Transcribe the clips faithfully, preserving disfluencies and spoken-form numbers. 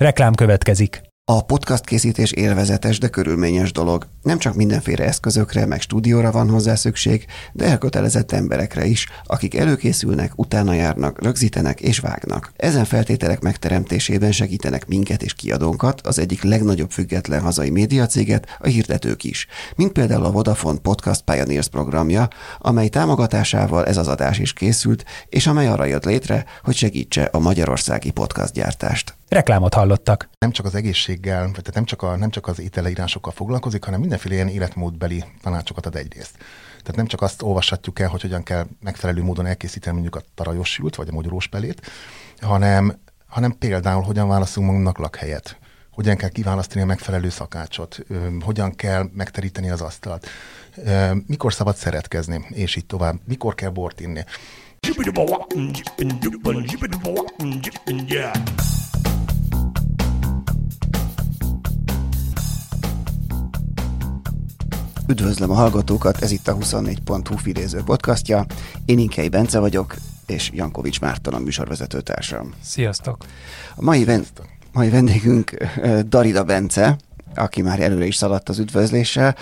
Reklám következik. A podcast készítés élvezetes, de körülményes dolog. Nem csak mindenféle eszközökre, meg stúdióra van hozzá szükség, de elkötelezett emberekre is, akik előkészülnek, utána járnak, rögzítenek és vágnak. Ezen feltételek megteremtésében segítenek minket és kiadónkat, az egyik legnagyobb független hazai médiacéget, a hirdetők is. Mint például a Vodafone Podcast Pioneers programja, amely támogatásával ez az adás is készült, és amely arra jött létre, hogy segítse a magyarországi podcast gyártást. Reklámot hallottak. Nem csak az egészséggel, tehát nem csak, a, nem csak az ételleírásokkal foglalkozik, hanem mindenféle ilyen életmódbeli tanácsokat ad egyrészt. Tehát nem csak azt olvashatjuk el, hogy hogyan kell megfelelő módon elkészíteni mondjuk a tarajos sült, vagy a mogyorós pelét, hanem, hanem például hogyan válaszunk magunknak lakhelyet, hogyan kell kiválasztani a megfelelő szakácsot, hogyan kell megteríteni az asztalt, mikor szabad szeretkezni, és így tovább, mikor kell bort inni. Üdvözlöm a hallgatókat, ez itt a huszonnégy pont hu filéző podcastja. Én Inkei Bence vagyok, és Jankovics Márton a műsorvezető társam. Sziasztok! A mai, ven- mai vendégünk Darida Bence, aki már előre is szaladt az üdvözléssel,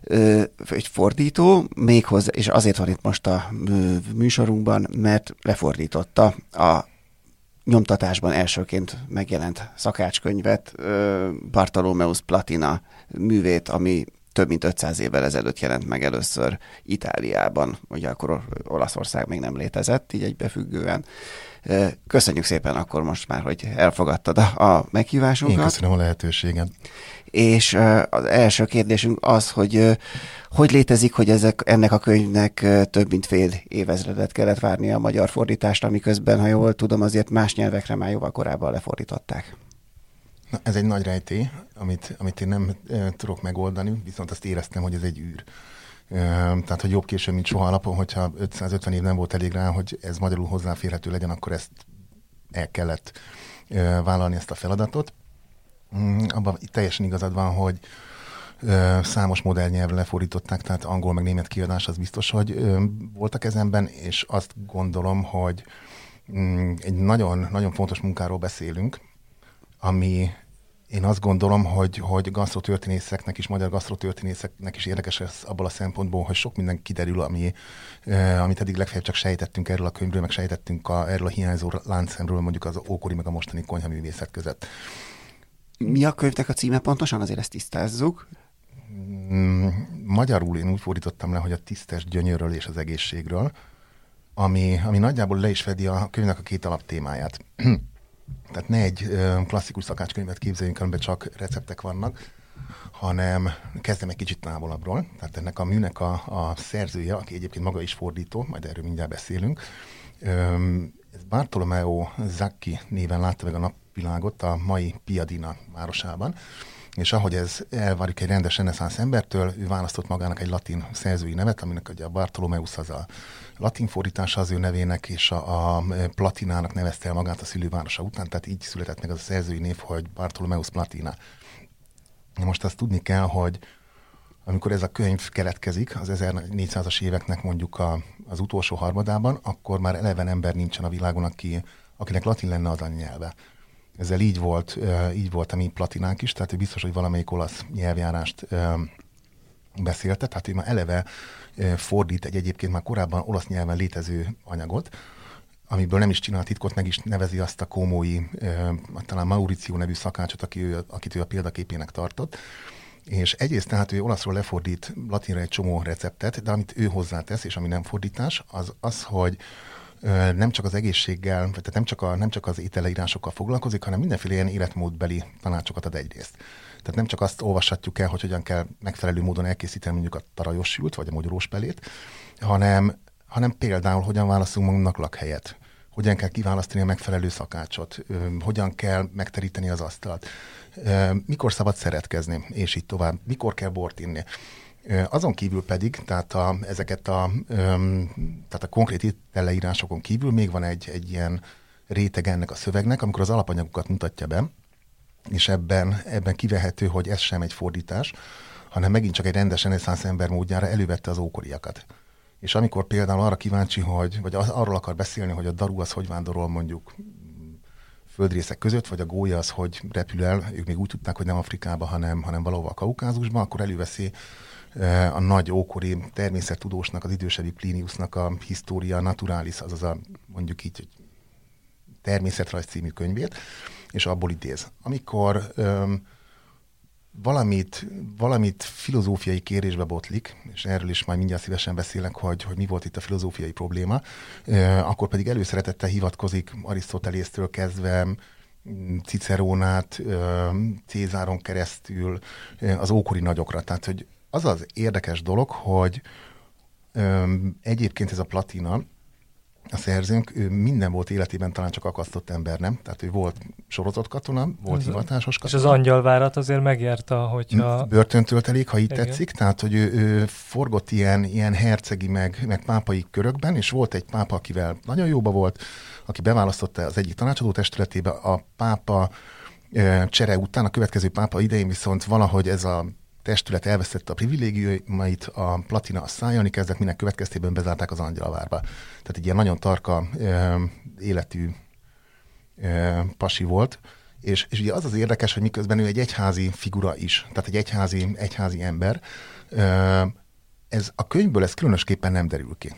egy fordító, méghozzá, és azért van itt most a műsorunkban, mert lefordította a nyomtatásban elsőként megjelent szakácskönyvet, Bartholomeus Platina művét, ami több mint ötszáz évvel ezelőtt jelent meg először Itáliában, ugye akkor Olaszország még nem létezett, így egybefüggően. Köszönjük szépen akkor most már, hogy elfogadtad a, a meghívásunkat. Én köszönöm a lehetőséget. És az első kérdésünk az, hogy hogy létezik, hogy ezek, ennek a könyvnek több mint fél évezredet kellett várni a magyar fordítást, amiközben, ha jól tudom, azért más nyelvekre már jóval korábban lefordították. Na, ez egy nagy rejtély, amit, amit én nem e, tudok megoldani, viszont azt éreztem, hogy ez egy űr. E, tehát, hogy jobb később, mint soha alapon, hogyha ötszázötven év nem volt elég rá, hogy ez magyarul hozzáférhető legyen, akkor ezt el kellett e, vállalni, ezt a feladatot. Mm, abban teljesen igazad van, hogy e, számos modellnyelvre lefordították, tehát angol meg német kiadás, az biztos, hogy e, volt a kezemben, és azt gondolom, hogy mm, egy nagyon, nagyon fontos munkáról beszélünk, ami én azt gondolom, hogy, hogy gasztrotörténészeknek is, magyar gasztrotörténészeknek is érdekes ez abból a szempontból, hogy sok minden kiderül, ami, eh, amit eddig legfeljebb csak sejtettünk erről a könyvről, meg sejtettünk a, erről a hiányzó láncszemről, mondjuk az ókori meg a mostani konyhaművészet között. Mi a könyvnek a címe pontosan? Azért ezt tisztázzuk. Mm, magyarul én úgy fordítottam le, hogy a tisztes gyönyörről és az egészségről, ami, ami nagyjából le is fedi a könyvnek a két alaptémáját. Tehát ne egy ö, klasszikus szakácskönyvet képzeljünk, amiben csak receptek vannak, hanem kezdem egy kicsit távolabbról. Tehát ennek a műnek a, a szerzője, aki egyébként maga is fordító, majd erről mindjárt beszélünk. Ö, ez Bartolomeo Zacchi néven látta meg a napvilágot a mai Piadina városában, és ahogy ez elvárik egy rendes reneszánsz embertől, ő választott magának egy latin szerzői nevet, aminek ugye a Bartholomeus az a latin fordítása az ő nevének, és a, a Platinának nevezte el magát a szülővárosa után, tehát így született meg az a szerzői név, hogy Bartholomeus Platina. Most azt tudni kell, hogy amikor ez a könyv keletkezik, az ezernégyszázas éveknek mondjuk a, az utolsó harmadában, akkor már eleven ember nincsen a világon, aki, akinek latin lenne az anyanyelve. Ezzel így volt, így volt a mi Platinánk is, tehát ő biztos, hogy valamelyik olasz nyelvjárást beszélte, tehát ő már eleve fordít egy egyébként már korábban olasz nyelven létező anyagot, amiből nem is csinál titkot, meg is nevezi azt a komói, talán Mauricio nevű szakácsot, aki ő, akit ő a példaképének tartott. És egyrészt tehát ő olaszról lefordít latinra egy csomó receptet, de amit ő hozzátesz, és ami nem fordítás, az az, hogy nem csak az egészséggel, tehát nem csak, a, nem csak az ételleírásokkal foglalkozik, hanem mindenféle ilyen életmódbeli tanácsokat ad egyrészt. Tehát nem csak azt olvashatjuk el, hogy hogyan kell megfelelő módon elkészíteni mondjuk a tarajos sült, vagy a mogyorós pelét, hanem, hanem például hogyan válaszunk magunknak lakhelyet, hogyan kell kiválasztani a megfelelő szakácsot, hogyan kell megteríteni az asztalt, mikor szabad szeretkezni, és így tovább, mikor kell bort inni. Azon kívül pedig, tehát a, ezeket a, tehát a konkrét ételleírásokon kívül még van egy, egy ilyen réteg ennek a szövegnek, amikor az alapanyagokat mutatja be, és ebben, ebben kivehető, hogy ez sem egy fordítás, hanem megint csak egy rendes reneszánsz ember módjára elővette az ókoriakat. És amikor például arra kíváncsi, hogy, vagy az, arról akar beszélni, hogy a daru az hogy vándorol mondjuk földrészek között, vagy a gólya az, hogy repül el, ők még úgy tudták, hogy nem Afrikába, hanem, hanem valahol a Kaukázusba, akkor előveszi a nagy ókori természettudósnak, az idősebbi Pliniusnak a Historia Naturalis, azaz a mondjuk így természetrajz című könyvét, és abból idéz. Amikor öm, valamit, valamit filozófiai kérésbe botlik, és erről is majd mindjárt szívesen beszélek, hogy, hogy mi volt itt a filozófiai probléma, euh, akkor pedig előszeretettel hivatkozik Arisztotelésztől kezdve Cicerónát, euh, Cézáron keresztül euh, az ókori nagyokra. Tehát, hogy az az érdekes dolog, hogy um, egyébként ez a Platina, a szerzőnk, ő minden volt életében, talán csak akasztott ember, nem? Tehát ő volt sorozott katona, volt ez hivatásos katona. És az angyalvárat azért megérte, hogyha... Börtöntöltelék, ha így igen. tetszik. Tehát, hogy ő, ő forgott ilyen, ilyen hercegi, meg, meg pápai körökben, és volt egy pápa, akivel nagyon jóba volt, aki beválasztotta az egyik tanácsadó testületébe. A pápa e, csere után, a következő pápa idején viszont valahogy ez a testület elvesztette a privilégiumait, a Platina szállni kezdett, minek következtében bezárták az Angyalvárba. Tehát egy ilyen nagyon tarka ö, életű ö, pasi volt, és, és ugye az az érdekes, hogy miközben ő egy egyházi figura is, tehát egy egyházi, egyházi ember, ö, ez a könyvből ez különösképpen nem derül ki.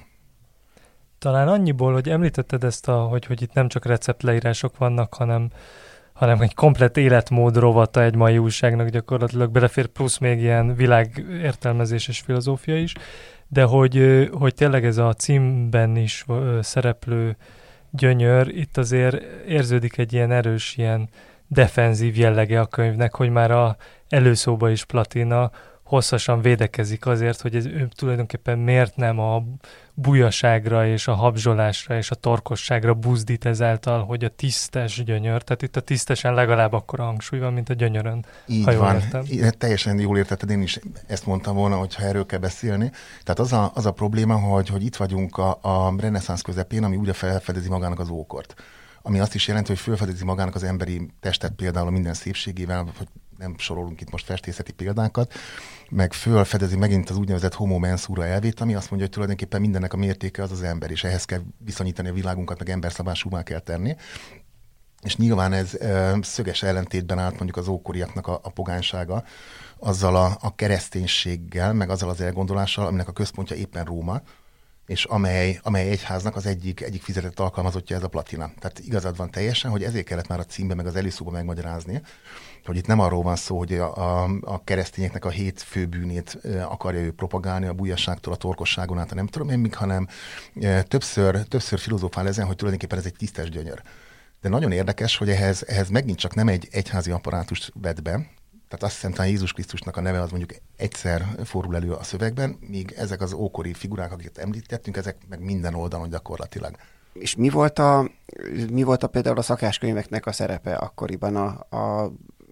Talán annyiból, hogy említetted ezt, a, hogy, hogy itt nem csak receptleírások vannak, hanem hanem egy komplett életmód rovata egy mai újságnak gyakorlatilag belefér, plusz még ilyen világértelmezés és filozófia is, de hogy, hogy tényleg ez a címben is szereplő gyönyör, itt azért érződik egy ilyen erős, ilyen defenzív jellege a könyvnek, hogy már a előszóba is Platina hosszasan védekezik azért, hogy ez ő tulajdonképpen miért nem a bujaságra és a habzsolásra és a torkosságra buzdít ezáltal, hogy a tisztes gyönyör, tehát itt a tisztesen legalább akkora hangsúly van, mint a gyönyörön. Így van, I- teljesen jól értetted, én is ezt mondtam volna, hogyha erről kell beszélni. Tehát az a, az a probléma, hogy, hogy itt vagyunk a, a reneszánsz közepén, ami úgy felfedezi magának az ókort. Ami azt is jelenti, hogy felfedezi magának az emberi testet például minden szépségével, hogy nem sorolunk itt most festészeti példákat, meg fölfedezi megint az úgynevezett homo mensura elvét, ami azt mondja, hogy tulajdonképpen mindennek a mértéke az az ember, és ehhez kell viszonyítani a világunkat, meg emberszabásúvá kell tenni. És nyilván ez e, szöges ellentétben állt mondjuk az ókoriaknak a, a pogánysága, azzal a, a kereszténységgel, meg azzal az elgondolással, aminek a központja éppen Róma, és amely, amely egyháznak az egyik, egyik fizetett alkalmazottja ez a Platina. Tehát igazad van teljesen, hogy ezért kellett már a címbe, meg az előszóba megmagyarázni, hogy itt nem arról van szó, hogy a, a, a keresztényeknek a hét főbűnét akarja ő propagálni, a bujasságtól, a torkosságon át, nem tudom én mik, hanem többször, többször filozófál ezen, hogy tulajdonképpen ez egy tisztes gyönyör. De nagyon érdekes, hogy ehhez, ehhez megint csak nem egy egyházi apparátust vet be, tehát azt hiszem, talán Jézus Krisztusnak a neve az mondjuk egyszer fordul elő a szövegben, míg ezek az ókori figurák, akiket említettünk, ezek meg minden oldalon gyakorlatilag. És mi volt a, mi volt a például a szakáskönyveknek a szerepe akkoriban a, a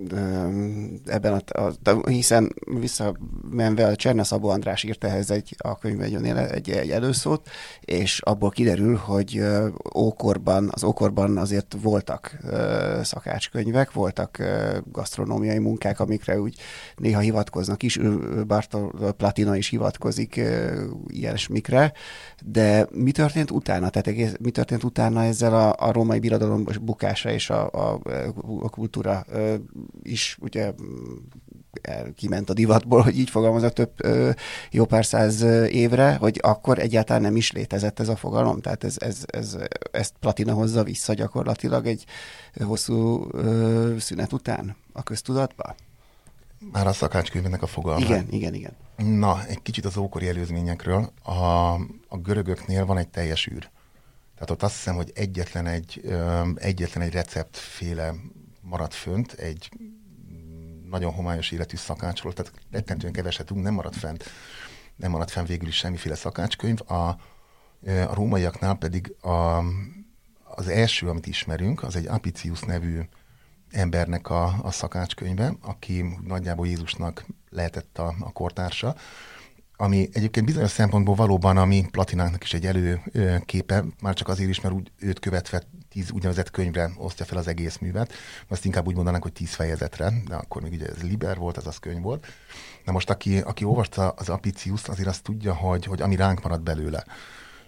ebben a, a, hiszen visszamenve a Cserna Szabó András írt ehhez egy, a könyvben egy, egy előszót, és abból kiderül, hogy ókorban, az ókorban azért voltak uh, szakácskönyvek, voltak uh, gasztronómiai munkák, amikre úgy néha hivatkoznak is, Bartol Platina is hivatkozik uh, ilyesmikre, de mi történt utána? Tehát egész, mi történt utána ezzel a, a római birodalom bukása és a, a, a kultúra uh, is ugye kiment a divatból, hogy így fogalmazok több ö, jó pár száz évre, hogy akkor egyáltalán nem is létezett ez a fogalom. Tehát ez, ez, ez, ezt Platina hozza vissza gyakorlatilag egy hosszú ö, szünet után a köztudatba. Már a szakácskönyvnek a fogalma. Igen, igen, igen. Na, egy kicsit az ókori előzményekről. A, a görögöknél van egy teljes űr. Tehát ott azt hiszem, hogy egyetlen egy, ö, egyetlen egy receptféle maradt fönt, egy nagyon homályos életű szakácsról, tehát rettentően keveset tudunk, nem maradt fent, nem maradt fenn végül is semmiféle szakácskönyv. A, a rómaiaknál pedig a, az első, amit ismerünk, az egy Apicius nevű embernek a, a szakácskönyve, aki nagyjából Jézusnak lehetett a, a kortársa, ami egyébként bizonyos szempontból valóban a mi Platinánknak is egy előképe, már csak azért is, mert úgy, őt követve tíz úgynevezett könyvre osztja fel az egész művet. Azt inkább úgy mondanánk, hogy tíz fejezetre, de akkor még ugye ez liber volt, ez az könyv volt. Na most, aki, aki olvasta az Apiciust, azért azt tudja, hogy, hogy ami ránk maradt belőle,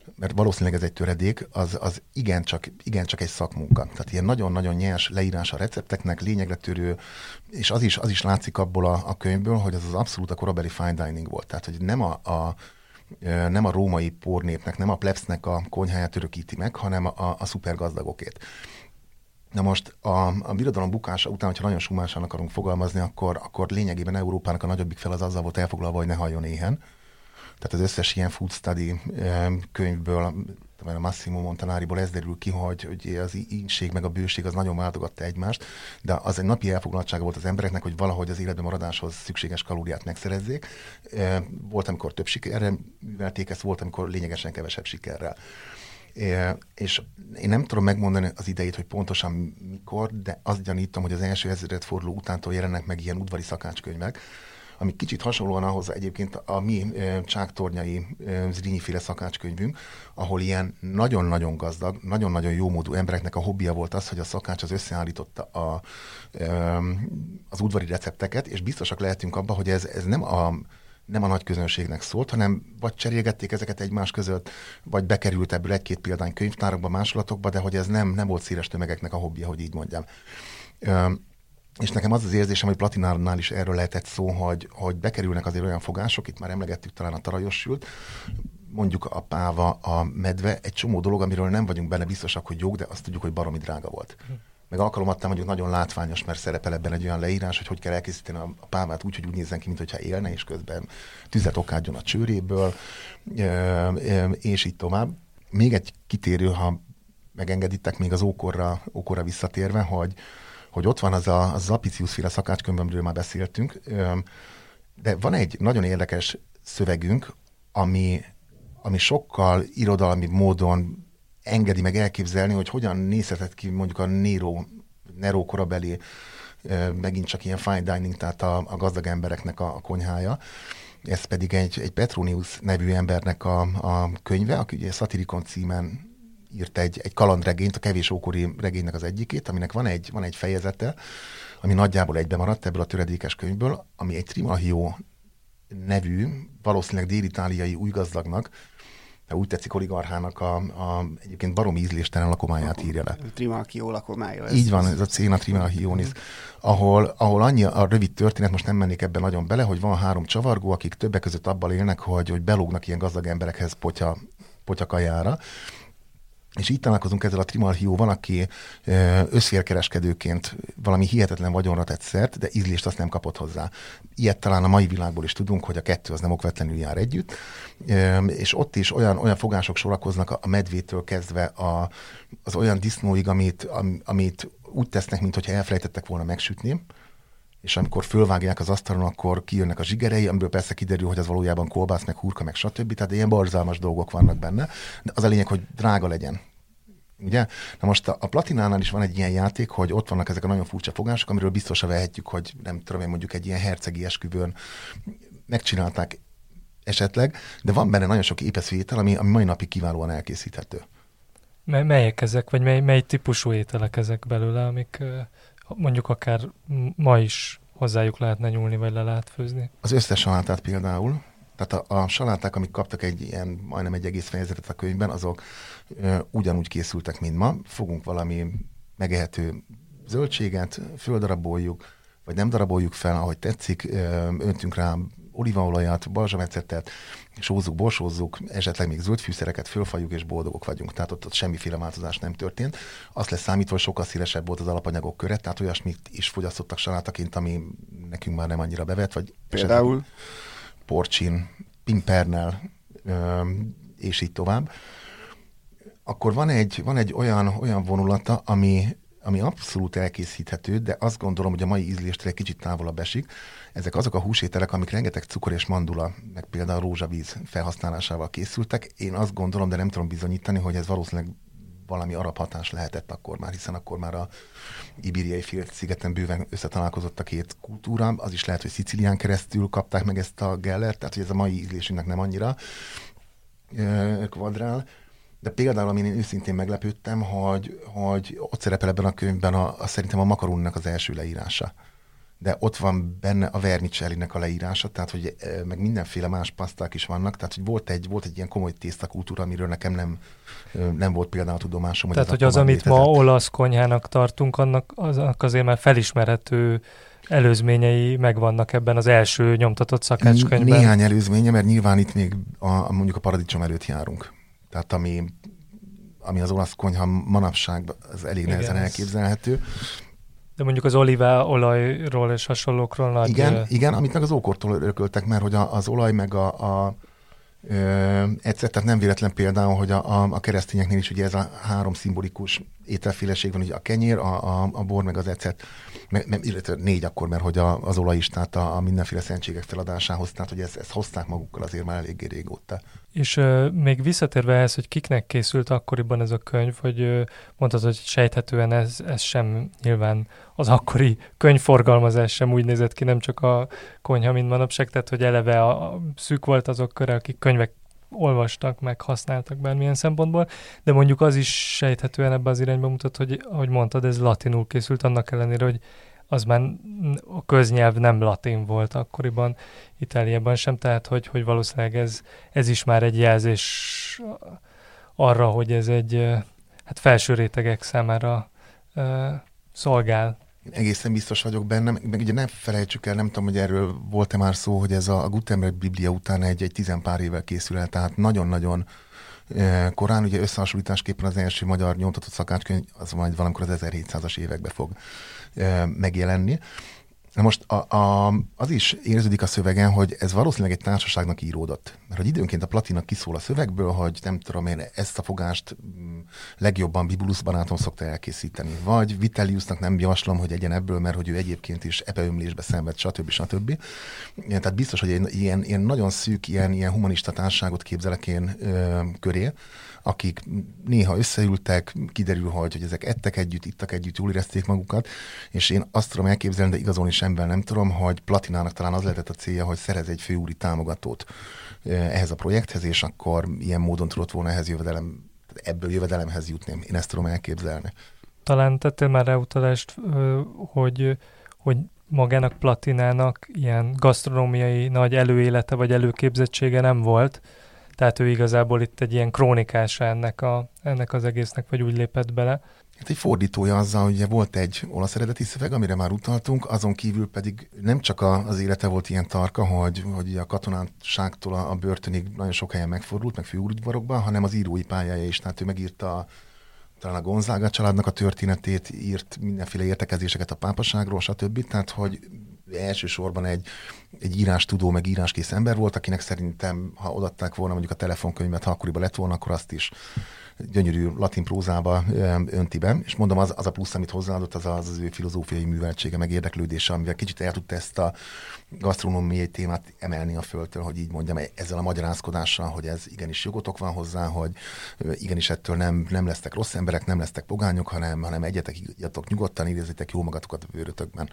mert valószínűleg ez egy töredék, az, az igencsak, igencsak egy szakmunka. Tehát ilyen nagyon-nagyon nyers leírás a recepteknek, lényegre törő, és az is, az is látszik abból a, a könyvből, hogy ez az abszolút a korabeli fine dining volt. Tehát, hogy nem a, a nem a római pornépnek, nem a plebsznek a konyháját örökíti meg, hanem a, a szupergazdagokét. Na most a, a birodalom bukása után, hogyha nagyon sumásan akarunk fogalmazni, akkor, akkor lényegében Európának a nagyobbik fel az azzal volt elfoglalva, hogy ne halljon éhen. Tehát az összes ilyen food study könyvből, a Massimo Montanariból ez derül ki, hogy, hogy az ínség meg a bőség az nagyon váltogatta egymást, de az egy napi elfoglaltsága volt az embereknek, hogy valahogy az életben maradáshoz szükséges kalóriát megszerezzék. Volt, amikor több sikerrel művelték ezt, volt, amikor lényegesen kevesebb sikerrel. És én nem tudom megmondani az idejét, hogy pontosan mikor, de azt gyanítom, hogy az első ezredforduló utántól jelennek meg ilyen udvari szakácskönyvek, ami kicsit hasonlóan ahhoz egyébként a mi e, csáktornyai e, Zrínyi-féle szakácskönyvünk, ahol ilyen nagyon-nagyon gazdag, nagyon-nagyon jómódú embereknek a hobbija volt az, hogy a szakács az összeállította a, e, az udvari recepteket, és biztosak lehetünk abban, hogy ez, ez nem a nem a nagy közönségnek szólt, hanem vagy cserélgették ezeket egymás között, vagy bekerült ebből egy-két példány könyvtárakba, másolatokba, de hogy ez nem, nem volt széles tömegeknek a hobbija, hogy így mondjam. E, És nekem az az érzésem, hogy Platinárnál is erről lehetett szó, hogy, hogy bekerülnek azért olyan fogások, itt már emlegettük talán a tarajos sült, mondjuk a páva, a medve, egy csomó dolog, amiről nem vagyunk benne biztosak, hogy jók, de azt tudjuk, hogy baromi drága volt. Meg alkalomattán mondjuk nagyon látványos, mert szerepel ebben egy olyan leírás, hogy hogy kell elkészíteni a pávát úgy, hogy úgy nézzen ki, mintha élne, és közben tüzet okádjon a csőréből, és így tovább. Még egy kitérő, ha megengeditek, még az ókorra, ókorra visszatérve, hogy hogy ott van az a, az Apicius-féle szakácskönyv, amiről már beszéltünk, de van egy nagyon érdekes szövegünk, ami, ami sokkal irodalmi módon engedi meg elképzelni, hogy hogyan nézhetett ki mondjuk a Nero, Nero korabeli, megint csak ilyen fine dining, tehát a, a gazdag embereknek a, a konyhája. Ez pedig egy, egy Petronius nevű embernek a, a könyve, aki ugye Satyricon címen írt egy, egy kalandregényt, a kevés ókori regénynek az egyikét, aminek van egy, van egy fejezete, ami nagyjából egybe maradt ebből a töredékes könyvből, ami egy Trimalchio nevű, valószínűleg dél-itáliai újgazdagnak, de úgy tetszik oligarchának a, a egyébként baromi ízléstelen lakomáját írja le. Trimalchio lakomája. Így van, ez a Cena Trimalchionis, ahol, ahol annyi a rövid történet, most nem mennék ebben nagyon bele, hogy van három csavargó, akik többek között abban élnek, hogy, hogy belógnak ilyen gazdag emberekhez potya, potyakajára. És így találkozunk ezzel a Trimalchióval, aki összférkereskedőként valami hihetetlen vagyonra tett szert, de ízlést azt nem kapott hozzá. Ilyet talán a mai világból is tudunk, hogy a kettő az nem okvetlenül jár együtt, és ott is olyan, olyan fogások sorakoznak a medvétől kezdve a, az olyan disznóig, amit, amit úgy tesznek, mintha elfelejtettek volna megsütni, és amikor fölvágják az asztalon, akkor kijönnek a zsigerei, amiből persze kiderül, hogy az valójában kolbász, meg hurka, meg stb. Tehát ilyen borzalmas dolgok vannak benne. De az a lényeg, hogy drága legyen. Ugye? Na most a, a Platinánál is van egy ilyen játék, hogy ott vannak ezek a nagyon furcsa fogások, amiről biztosan vehetjük, hogy nem tudom én, mondjuk egy ilyen hercegi esküvőn megcsinálták esetleg, de van benne nagyon sok épeszű étel, ami, ami mai napig kiválóan elkészíthető. Mely, melyek ezek, vagy mely, mely típusú ételek ezek belőle, amik mondjuk akár ma is hozzájuk lehetne nyúlni, vagy le lehet főzni? Az összes salátát például, tehát a, a saláták, amik kaptak egy ilyen, majdnem egy egész fejezetet a könyvben, azok ö, ugyanúgy készültek, mint ma. Fogunk valami megehető zöldséget, földaraboljuk, vagy nem daraboljuk fel, ahogy tetszik, ö, öntünk rá olívaolajat, balzsamecetet, sózzuk, borsózzuk, esetleg még zöld fűszereket, fölfaljuk, és boldogok vagyunk. Tehát ott, ott semmiféle változás nem történt. Azt lesz számítva, hogy sokkal szélesebb volt az alapanyagok köre, tehát olyasmit is fogyasztottak salátaként, ami nekünk már nem annyira bevett, vagy például porcsin, pimpernel, és így tovább. Akkor van egy, van egy olyan, olyan vonulata, ami, ami abszolút elkészíthető, de azt gondolom, hogy a mai ízléstől egy kicsit távolabb esik. Ezek azok a húsételek, amik rengeteg cukor és mandula, meg például rózsavíz felhasználásával készültek. Én azt gondolom, de nem tudom bizonyítani, hogy ez valószínűleg valami arab hatás lehetett akkor már, hiszen akkor már a Ibériai félszigeten bőven összetalálkozott a két kultúra. Az is lehet, hogy Szicílián keresztül kapták meg ezt a gellert, tehát hogy ez a mai ízlésünknek nem annyira kvadrál. De például, amin én őszintén meglepődtem, hogy, hogy ott szerepel ebben a könyvben a, a, szerintem a makarónnak az első leírása. de ott van benne a vermicellinek a leírása, tehát hogy meg mindenféle más paszták is vannak, tehát hogy volt egy, volt egy ilyen komoly tésztakultúra, amiről nekem nem, nem volt például tudomásom. Tehát, hogy, hogy az, amit létezett. Ma olasz konyhának tartunk, annak az, azért már felismerhető előzményei megvannak ebben az első nyomtatott szakácskönyvben. Néhány előzménye, mert nyilván itt még a, mondjuk a paradicsom előtt járunk. Tehát ami, ami az olasz konyha manapság, az elég igen, nehezen elképzelhető. De mondjuk az olívaolajról és hasonlókról nagy... Igen, uh... igen, amit meg az ókortól örököltek, mert hogy az olaj meg a, a ö, egyszer, tehát nem véletlen például, hogy a, a, a keresztényeknél is ugye ez a három szimbolikus ételféleség van, ugye a kenyér, a, a, a bor, meg az ecet, meg, meg, illetve négy akkor, mert hogy a, az olaj is, tehát a, a mindenféle szentségek feladásához, tehát hogy ezt, ezt hozták magukkal azért már eléggé régóta. És uh, még visszatérve ehhez, hogy kiknek készült akkoriban ez a könyv, hogy uh, mondtad, hogy sejthetően ez, ez sem nyilván az akkori könyvforgalmazás sem úgy nézett ki, nem csak a konyha, mint manapság, tehát hogy eleve a, a szűk volt azok köre, akik könyvek olvastak, meg használtak bármilyen szempontból, de mondjuk az is sejthetően ebbe az irányba mutat, hogy ahogy mondtad, ez latinul készült, annak ellenére, hogy az már a köznyelv nem latin volt akkoriban, Itáliában sem, tehát hogy, hogy valószínűleg ez, ez is már egy jelzés arra, hogy ez egy hát felső rétegek számára uh, szolgál. Én egészen biztos vagyok benne, meg ugye nem felejtsük el, nem tudom, hogy erről volt-e már szó, hogy ez a Gutenberg Biblia után egy, egy tizenpár évvel készül el, tehát nagyon-nagyon eh, korán, ugye összehasonlításképpen az első magyar nyomtatott szakácskönyv, az majd valamikor az ezerhétszázas években fog eh, megjelenni. Na most a, a, az is érződik a szövegen, hogy ez valószínűleg egy társaságnak íródott. Mert hogy időnként a Platina kiszól a szövegből, hogy nem tudom én, ezt a fogást legjobban Bibulus barátom szokta elkészíteni. Vagy Vitelliusnak nem javaslom, hogy egyen ebből, mert hogy ő egyébként is epeömlésbe szenved, stb. stb. Tehát biztos, hogy egy ilyen, ilyen nagyon szűk, ilyen, ilyen humanista társaságot képzelek én ö, köré, akik néha összeültek, kiderül, hogy, hogy ezek ettek együtt, ittak együtt, jól érezték magukat, és én azt tudom elképzelni, de igazolni semben nem tudom, hogy Platinának talán az lehetett a célja, hogy szerez egy főúri támogatót ehhez a projekthez, és akkor ilyen módon tudott volna ehhez jövedelem, ebből jövedelemhez jutni. Én ezt tudom elképzelni. Talán tettél már rá utalást, hogy, hogy magának Platinának ilyen gasztronómiai nagy előélete vagy előképzettsége nem volt, tehát ő igazából itt egy ilyen krónikása ennek, a, ennek az egésznek, vagy úgy lépett bele. Hát egy fordítója azzal, hogy ugye volt egy olasz eredeti szöveg, amire már utaltunk, azon kívül pedig nem csak a, az élete volt ilyen tarka, hogy, hogy a katonátságtól a, a börtönig nagyon sok helyen megfordult, meg főúrudvarokban, hanem az írói pályája is. Tehát ő megírta a, talán a Gonzaga családnak a történetét, írt mindenféle értekezéseket a pápaságról, stb. Tehát, hogy elsősorban egy, egy írástudó, meg íráskész ember volt, akinek szerintem, ha odaadták volna mondjuk a telefonkönyvet, ha akkoriban lett volna, akkor azt is gyönyörű latin prózába önti be. És mondom, az, az a plusz, amit hozzáadott, az, az az ő filozófiai műveltsége, meg érdeklődése, amivel kicsit el tudta ezt a gasztronómiai témát emelni a földtől, hogy így mondjam, ezzel a magyarázkodással, hogy ez igenis jogotok van hozzá, hogy igenis ettől nem, nem lesztek rossz emberek, nem lesztek pogányok, hanem, hanem egyetek, igyatok nyugodtan, érezzétek jó magatokat a bőrötökben.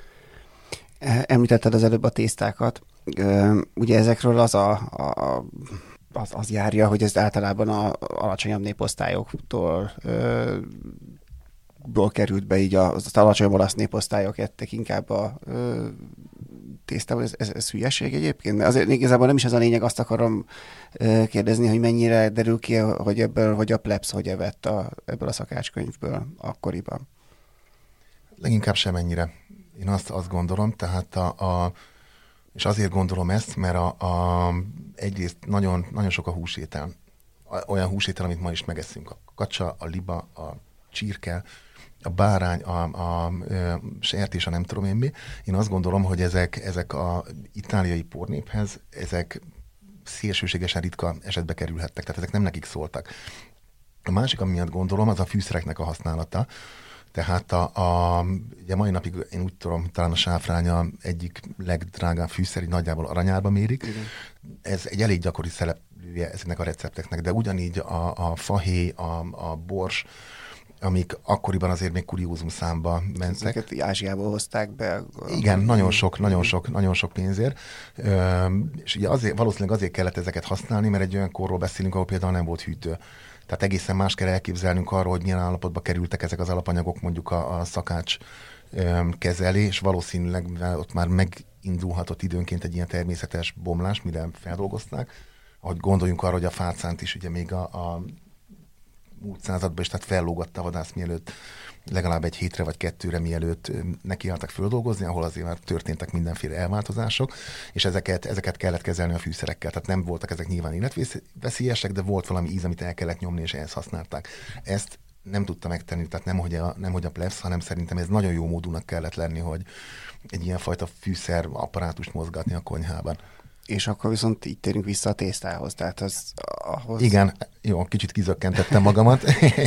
Említetted az előbb a tésztákat. Ugye ezekről az a, a az, az járja, hogy ez általában a alacsonyabb néposztályoktól ö, ból került be, így az, az alacsonyabb olasz néposztályok ettek inkább a ö, tésztában. Ez, ez, ez hülyeség egyébként? Azért igazából nem is az a lényeg, azt akarom ö, kérdezni, hogy mennyire derül ki, hogy ebből, hogy a plebs hogy evett a, ebből a szakácskönyvből akkoriban. Leginkább semennyire. Én azt, azt gondolom, tehát a, a és azért gondolom ezt, mert a, a, egyrészt nagyon, nagyon sok a húsétel. Olyan húsétel, amit ma is megeszünk. A kacsa, a liba, a csirke, a bárány, a, a, a sertés, a nem tudom én mi. Én azt gondolom, hogy ezek, ezek az itáliai pornéphez, ezek szélsőségesen ritka esetbe kerülhettek. Tehát ezek nem nekik szóltak. A másik, amiatt gondolom, az a fűszereknek a használata. Tehát a, a, ugye mai napig én úgy tudom, talán a sáfránya egyik legdrágább fűszer, így nagyjából aranyárba mérik. Igen. Ez egy elég gyakori szereplője ezeknek a recepteknek, de ugyanígy a, a fahéj, a, a bors, amik akkoriban azért még kuriózum számba mentek. Ezeket Ázsiából hozták be. Igen, nagyon sok, nagyon sok, nagyon sok pénzért. Ö, és ugye azért, valószínűleg azért kellett ezeket használni, mert egy olyan korról beszélünk, ahol például nem volt hűtő. Tehát egészen más kell elképzelnünk arról, hogy milyen állapotba kerültek ezek az alapanyagok mondjuk a, a szakács kezeli, és valószínűleg mivel ott már megindulhatott időnként egy ilyen természetes bomlás, mire feldolgozták. Ahogy gondoljunk arra, hogy a fácánt is ugye még a, a múlt században is, tehát fellógatta a vadász mielőtt legalább egy hétre vagy kettőre mielőtt nekiálltak földolgozni, ahol azért már történtek mindenféle elváltozások, és ezeket, ezeket kellett kezelni a fűszerekkel. Tehát nem voltak ezek nyilván életveszélyesek, de volt valami íz, amit el kellett nyomni, és ehhez használták. Ezt nem tudta megtenni, tehát nem hogy a, nem, hogy a plebsz, hanem szerintem ez nagyon jó módúnak kellett lenni, hogy egy ilyen fajta fűszer apparátust mozgatni a konyhában. És akkor viszont így térünk vissza a tésztához, tehát az ahhoz... Igen, jó, kicsit kizökkentettem magamat.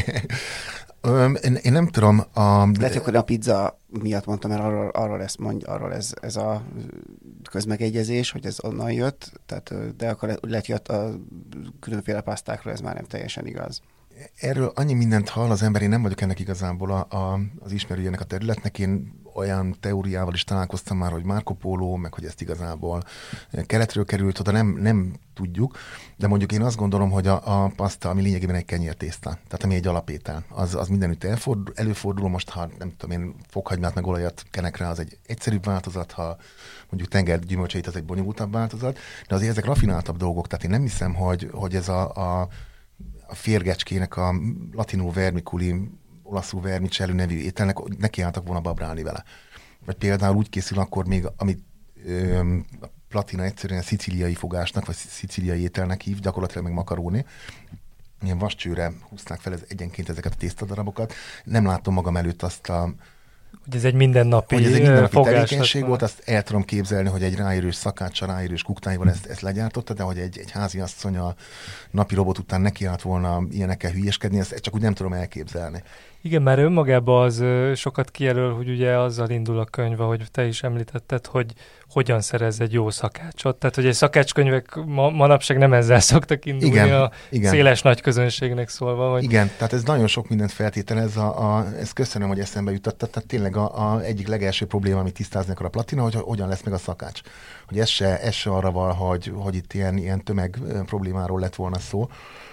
én, én nem tudom... A... Lehet, akkor a pizza miatt mondtam, mert arról, arról, lesz, mondj, arról ez, ez a közmegegyezés, hogy ez onnan jött, tehát, de akkor lehet jött a különféle pasztákról, ez már nem teljesen igaz. Erről annyi mindent hall az ember, én nem vagyok ennek igazából a, a, az ismerőjének a területnek, én olyan teóriával is találkoztam már, hogy Marco Polo, meg hogy ezt igazából keletről került, oda nem, nem tudjuk, de mondjuk én azt gondolom, hogy a, a paszta, ami lényegében egy kenyértészta, tehát ami egy alapétel, az, az mindenütt elfordul, előfordul, most ha nem tudom én fokhagymát meg olajat kenek rá, az egy egyszerűbb változat, ha mondjuk tenger gyümölcseit, az egy bonyolultabb változat, de azért ezek rafináltabb dolgok, tehát én nem hiszem, hogy, hogy ez a, a a férgecskének a latinul vermiculi, olaszul vermicelli nevű ételnek nekiálltak volna babrálni vele. Vagy például úgy készül akkor még, amit ö, a platina egyszerűen szicíliai fogásnak, vagy szicíliai ételnek hív, gyakorlatilag meg makaróni. Ilyen vascsőre húzták fel ez, egyenként ezeket a tésztadarabokat. Nem látom magam előtt azt a hogy ez egy mindennapi, hogy ez egy mindennapi tevékenység volt, azt el tudom képzelni, hogy egy ráérős szakáccsal, ráérős kuktáival ezt, ezt legyártotta, de hogy egy, egy házi asszony a napi robot után nekiállt volna ilyenekkel hülyeskedni, ezt csak úgy nem tudom elképzelni. Igen, mert önmagában az sokat kijelöl, hogy ugye azzal indul a könyv, ahogy te is említetted, hogy hogyan szerez egy jó szakácsot. Tehát, hogy egy szakácskönyvek ma, manapság nem ezzel szoktak indulni, igen, a igen. széles nagy közönségnek szólva. Hogy... Igen, tehát ez nagyon sok mindent feltételez, a, a, ezt köszönöm, hogy eszembe jutottad, tehát tényleg a, a egyik legelső probléma, amit tisztázni akar a platina, hogy hogyan lesz meg a szakács. Hogy ez se, ez se arra van, hogy, hogy itt ilyen, ilyen tömeg problémáról lett volna szó.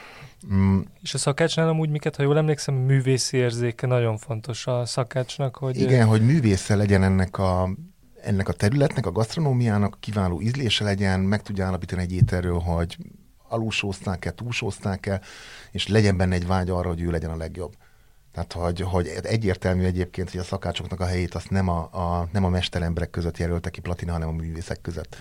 Mm. És a szakácsnál amúgy miket, ha jól emlékszem, művészi érzéke nagyon fontos a szakácsnak, hogy... Igen, hogy művésze legyen ennek a, ennek a területnek, a gasztronómiának, kiváló ízlése legyen, meg tudja állapítani egy ételről, hogy alulsózták-e, túlsózták-e, és legyen benne egy vágy arra, hogy ő legyen a legjobb. Tehát, hogy, hogy egyértelmű egyébként, hogy a szakácsoknak a helyét azt nem a, a, nem a mesteremberek között jelölte ki platina, hanem a művészek között.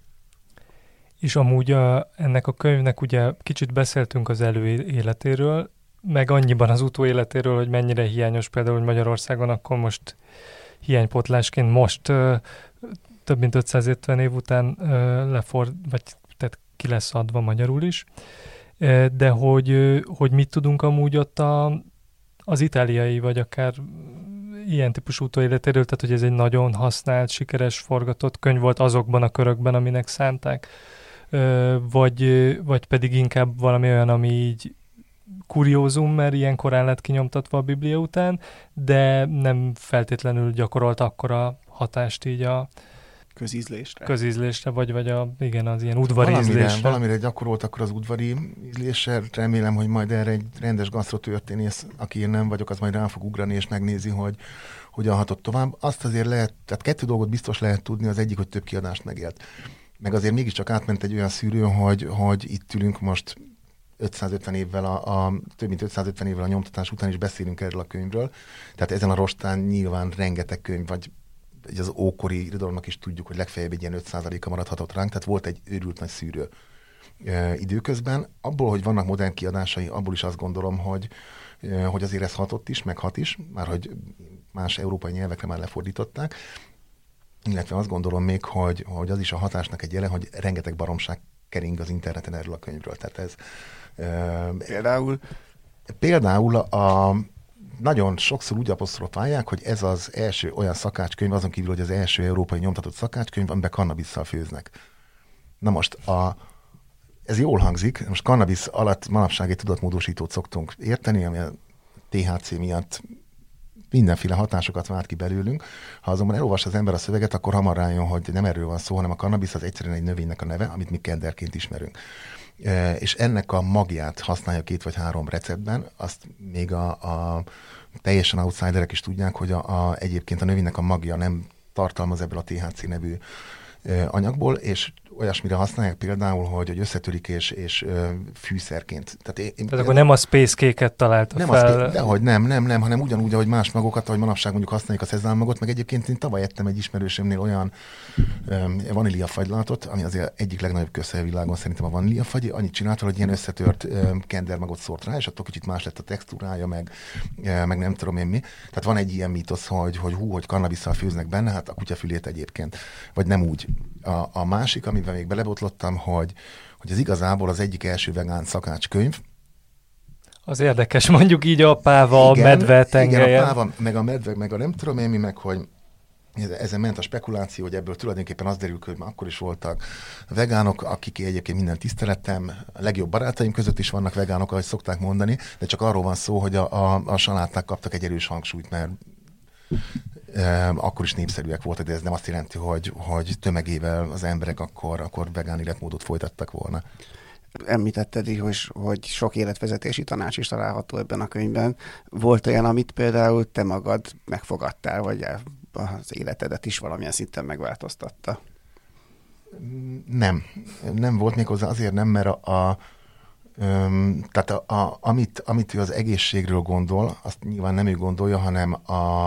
És amúgy a, ennek a könyvnek ugye kicsit beszéltünk az előéletéről, meg annyiban az utóéletéről, hogy mennyire hiányos például, hogy Magyarországon akkor most hiánypotlásként most ö, több mint ötszázötven év után ö, leford, vagy tehát ki lesz adva magyarul is, ö, de hogy, ö, hogy mit tudunk amúgy ott a, az itáliai, vagy akár ilyen típusú utóéletéről, tehát hogy ez egy nagyon használt, sikeres, forgatott könyv volt azokban a körökben, aminek szánták, ö, vagy, vagy pedig inkább valami olyan, ami így kuriózum, mert ilyen korán lett kinyomtatva a Biblia után, de nem feltétlenül gyakorolt akkora hatást így a közízlésre, közízlésre vagy, vagy a, igen, az ilyen udvari valamire, ízlésre. Valamire gyakorolt akkor az udvari ízlésre. Remélem, hogy majd erre egy rendes gasztrotörténész, aki én nem vagyok, az majd rá fog ugrani és megnézi, hogy hogyan hatott tovább. Azt azért lehet, tehát kettő dolgot biztos lehet tudni, az egyik, hogy több kiadást megélt. Meg azért mégiscsak átment egy olyan szűrőn, hogy, hogy itt ülünk most ötszázötven évvel, a, a, több mint ötszázötven évvel a nyomtatás után is beszélünk erről a könyvről. Tehát ezen a rostán nyilván rengeteg könyv, vagy az ókori irodalomnak is tudjuk, hogy legfeljebb egy ilyen öt százaléka maradhatott ránk, tehát volt egy őrült nagy szűrő e, időközben. Abból, hogy vannak modern kiadásai, abból is azt gondolom, hogy, e, hogy azért ez hatott is, meg hat is, már hogy más európai nyelvekre már lefordították. Illetve azt gondolom még, hogy, hogy az is a hatásnak egy jele, hogy rengeteg baromság kering az interneten erről a könyvről. Tehát ez... Például? Például a, nagyon sokszor úgy apostrofálják, hogy ez az első olyan szakácskönyv, azon kívül, hogy az első európai nyomtatott szakácskönyv, amiben kannabisszal főznek. Na most, a, ez jól hangzik, most kannabisz alatt manapság egy tudatmódosítót szoktunk érteni, ami a té há cé miatt mindenféle hatásokat vált ki belőlünk. Ha azonban elolvas az ember a szöveget, akkor hamar rájön, hogy nem erről van szó, hanem a kannabisz az egyszerűen egy növénynek a neve, amit mi kenderként ismerünk. E, és ennek a magját használja két vagy három receptben, azt még a, a teljesen outsiderek is tudják, hogy a, a, egyébként a növénynek a magja nem tartalmaz ebből a té há cé nevű ö, anyagból, és olyasmire használják például, hogy, hogy összetörik és, és ö, fűszerként. Tehát, én, Tehát akkor nem a Space Cake-et találta nem fel? Az, dehogy nem, nem, nem, hanem ugyanúgy, ahogy más magokat, ahogy manapság mondjuk használjuk a szezánmagot, meg egyébként én tavaly ettem egy ismerősömnél olyan um, vaníliafagylatot, ami azért egyik legnagyobb köszönje a világon szerintem a vaníliafagy, annyit csinált, hogy ilyen összetört um, kendermagot szórt rá, és attól kicsit más lett a textúrája, meg, uh, meg nem tudom én mi. Tehát van egy ilyen mítosz, hogy, hogy hú, hogy kannabisszal főznek benne, hát a kutyafülét egyébként, vagy nem úgy. A, a másik, amiben még belebotlottam, hogy, hogy ez igazából az egyik első vegán szakácskönyv. Az érdekes, mondjuk így a páva, a medve tengelyen. Igen, a páva, meg a medve, meg a nem tudom én mi, meg hogy ezen ment a spekuláció, hogy ebből tulajdonképpen az derül, hogy már akkor is voltak vegánok, akik egyébként minden tiszteletem, a legjobb barátaim között is vannak vegánok, ahogy szokták mondani, de csak arról van szó, hogy a, a, a saláták kaptak egy erős hangsúlyt, mert akkor is népszerűek voltak, de ez nem azt jelenti, hogy, hogy tömegével az emberek akkor, akkor vegán életmódot folytattak volna. Említetted, hogy, hogy sok életvezetési tanács is található ebben a könyvben. Volt olyan, amit például te magad megfogadtál, vagy az életedet is valamilyen szinten megváltoztatta? Nem. Nem volt méghozzá azért nem, mert a, a öm, tehát a, a, amit, amit ő az egészségről gondol, azt nyilván nem ő gondolja, hanem a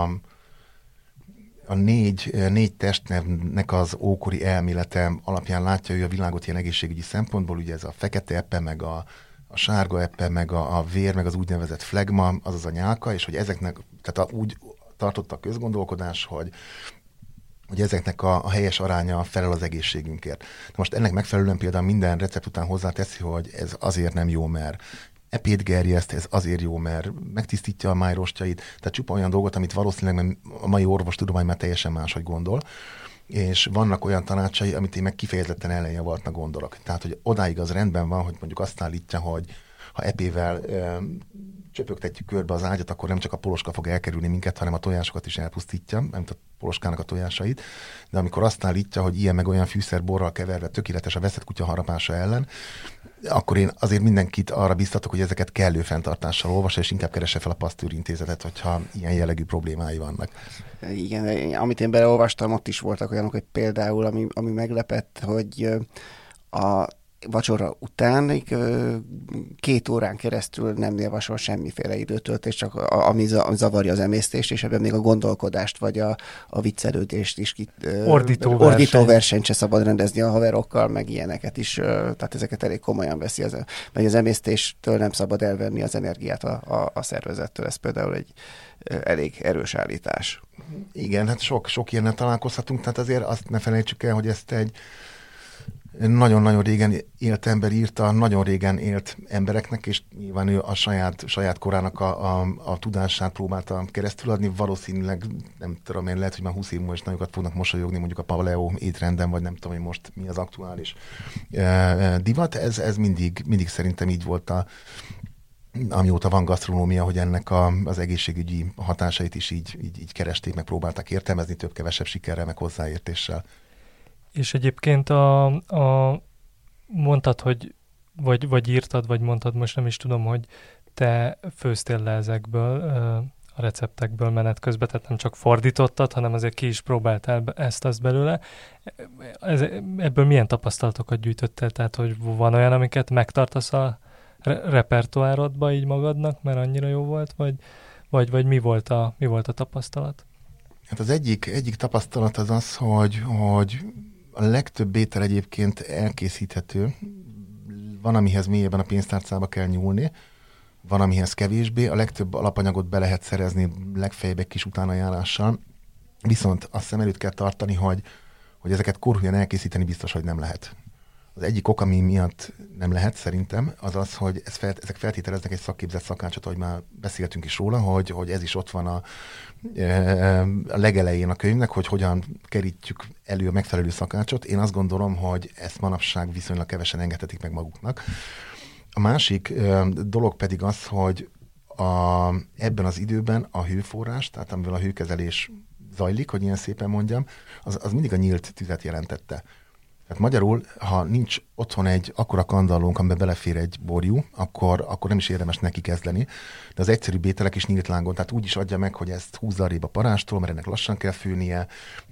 A négy, négy testnek az ókori elmélete alapján látja ő a világot ilyen egészségügyi szempontból, ugye ez a fekete epe, meg a, a sárga epe, meg a, a vér, meg az úgynevezett flegma, azaz a nyálka, és hogy ezeknek, tehát a, úgy tartotta a közgondolkodás, hogy, hogy ezeknek a, a helyes aránya felel az egészségünkért. De most ennek megfelelően például minden recept után hozzáteszi, hogy ez azért nem jó, mert epét gerjeszt, ez azért jó, mert megtisztítja a májrostjait, tehát csupa olyan dolgot, amit valószínűleg a mai orvostudomány már teljesen máshogy gondol, és vannak olyan tanácsai, amit én meg kifejezetten ellenjavartnak gondolok. Tehát, hogy odáig az rendben van, hogy mondjuk azt állítja, hogy ha epével ö, csöpögtetjük körbe az ágyat, akkor nem csak a poloska fog elkerülni minket, hanem a tojásokat is elpusztítja, mint a poloskának a tojásait. De amikor azt állítja, hogy ilyen meg olyan fűszerborral keverve tökéletes a veszett kutya harapása ellen, akkor én azért mindenkit arra biztatok, hogy ezeket kellő fenntartással olvassa, és inkább keresse fel a Pasteur Intézetet, hogyha ilyen jellegű problémái vannak. Igen, amit én beleolvastam, ott is voltak olyanok, hogy például, ami, ami meglepett, hogy a vacsora után két órán keresztül nem javasol semmiféle időtöltés, csak ami zavarja az emésztést, és ebben még a gondolkodást, vagy a, a viccelődést is. Ordító, ordító versenyt se szabad rendezni a haverokkal, meg ilyeneket is, tehát ezeket elég komolyan veszi, az, vagy az emésztéstől nem szabad elvenni az energiát a, a, a szervezettől, ez például egy elég erős állítás. Igen, hát sok, sok ilyennel találkozhatunk, tehát azért azt ne felejtsük el, hogy ezt egy nagyon-nagyon régen élt ember írta, nagyon régen élt embereknek, és nyilván ő a saját, saját korának a, a, a tudását próbálta keresztüladni. Valószínűleg, nem tudom én, lehet, hogy már húsz év múlva is nagyokat fognak mosolyogni mondjuk a paleo étrenden, vagy nem tudom, hogy most mi az aktuális e, divat. Ez, ez mindig, mindig szerintem így volt a amióta van gasztronómia, hogy ennek a, az egészségügyi hatásait is így, így, így keresték, meg próbálták értelmezni, több-kevesebb sikerrel, meg hozzáértéssel. És egyébként a, a mondtad, hogy vagy, vagy írtad, vagy mondtad, most nem is tudom, hogy te főztél le ezekből a receptekből menet közben, tehát nem csak fordítottad, hanem azért ki is próbáltál ezt-azt belőle. Ez, ebből milyen tapasztalatokat gyűjtöttél? Tehát, hogy van olyan, amiket megtartasz a re- repertoárodba így magadnak, mert annyira jó volt, vagy, vagy, vagy mi, volt a, mi volt a tapasztalat? Hát az egyik, egyik tapasztalat az az, hogy, hogy a legtöbb étel egyébként elkészíthető. Van, amihez mélyebben a pénztárcába kell nyúlni, van, amihez kevésbé. A legtöbb alapanyagot be lehet szerezni legfeljebb egy kis utánajárással. Viszont azt szem előtt kell tartani, hogy, hogy ezeket korhújan elkészíteni biztos, hogy nem lehet. Az egyik ok, ami miatt nem lehet szerintem, az az, hogy ez fel, ezek feltételeznek egy szakképzett szakácsot, ahogy már beszéltünk is róla, hogy, hogy ez is ott van a, a legelején a könyvnek, hogy hogyan kerítjük elő a megfelelő szakácsot. Én azt gondolom, hogy ezt manapság viszonylag kevesen engedhetik meg maguknak. A másik dolog pedig az, hogy a, ebben az időben a hőforrás, tehát amivel a hőkezelés zajlik, hogy ilyen szépen mondjam, az, az mindig a nyílt tüzet jelentette. Tehát magyarul, ha nincs otthon egy akkora kandallónk, amiben belefér egy borjú, akkor, akkor nem is érdemes neki kezdeni. De az egyszerű ételek is nyílt lángon, tehát úgy is adja meg, hogy ezt húzza arrébb a parástól, mert ennek lassan kell főnie,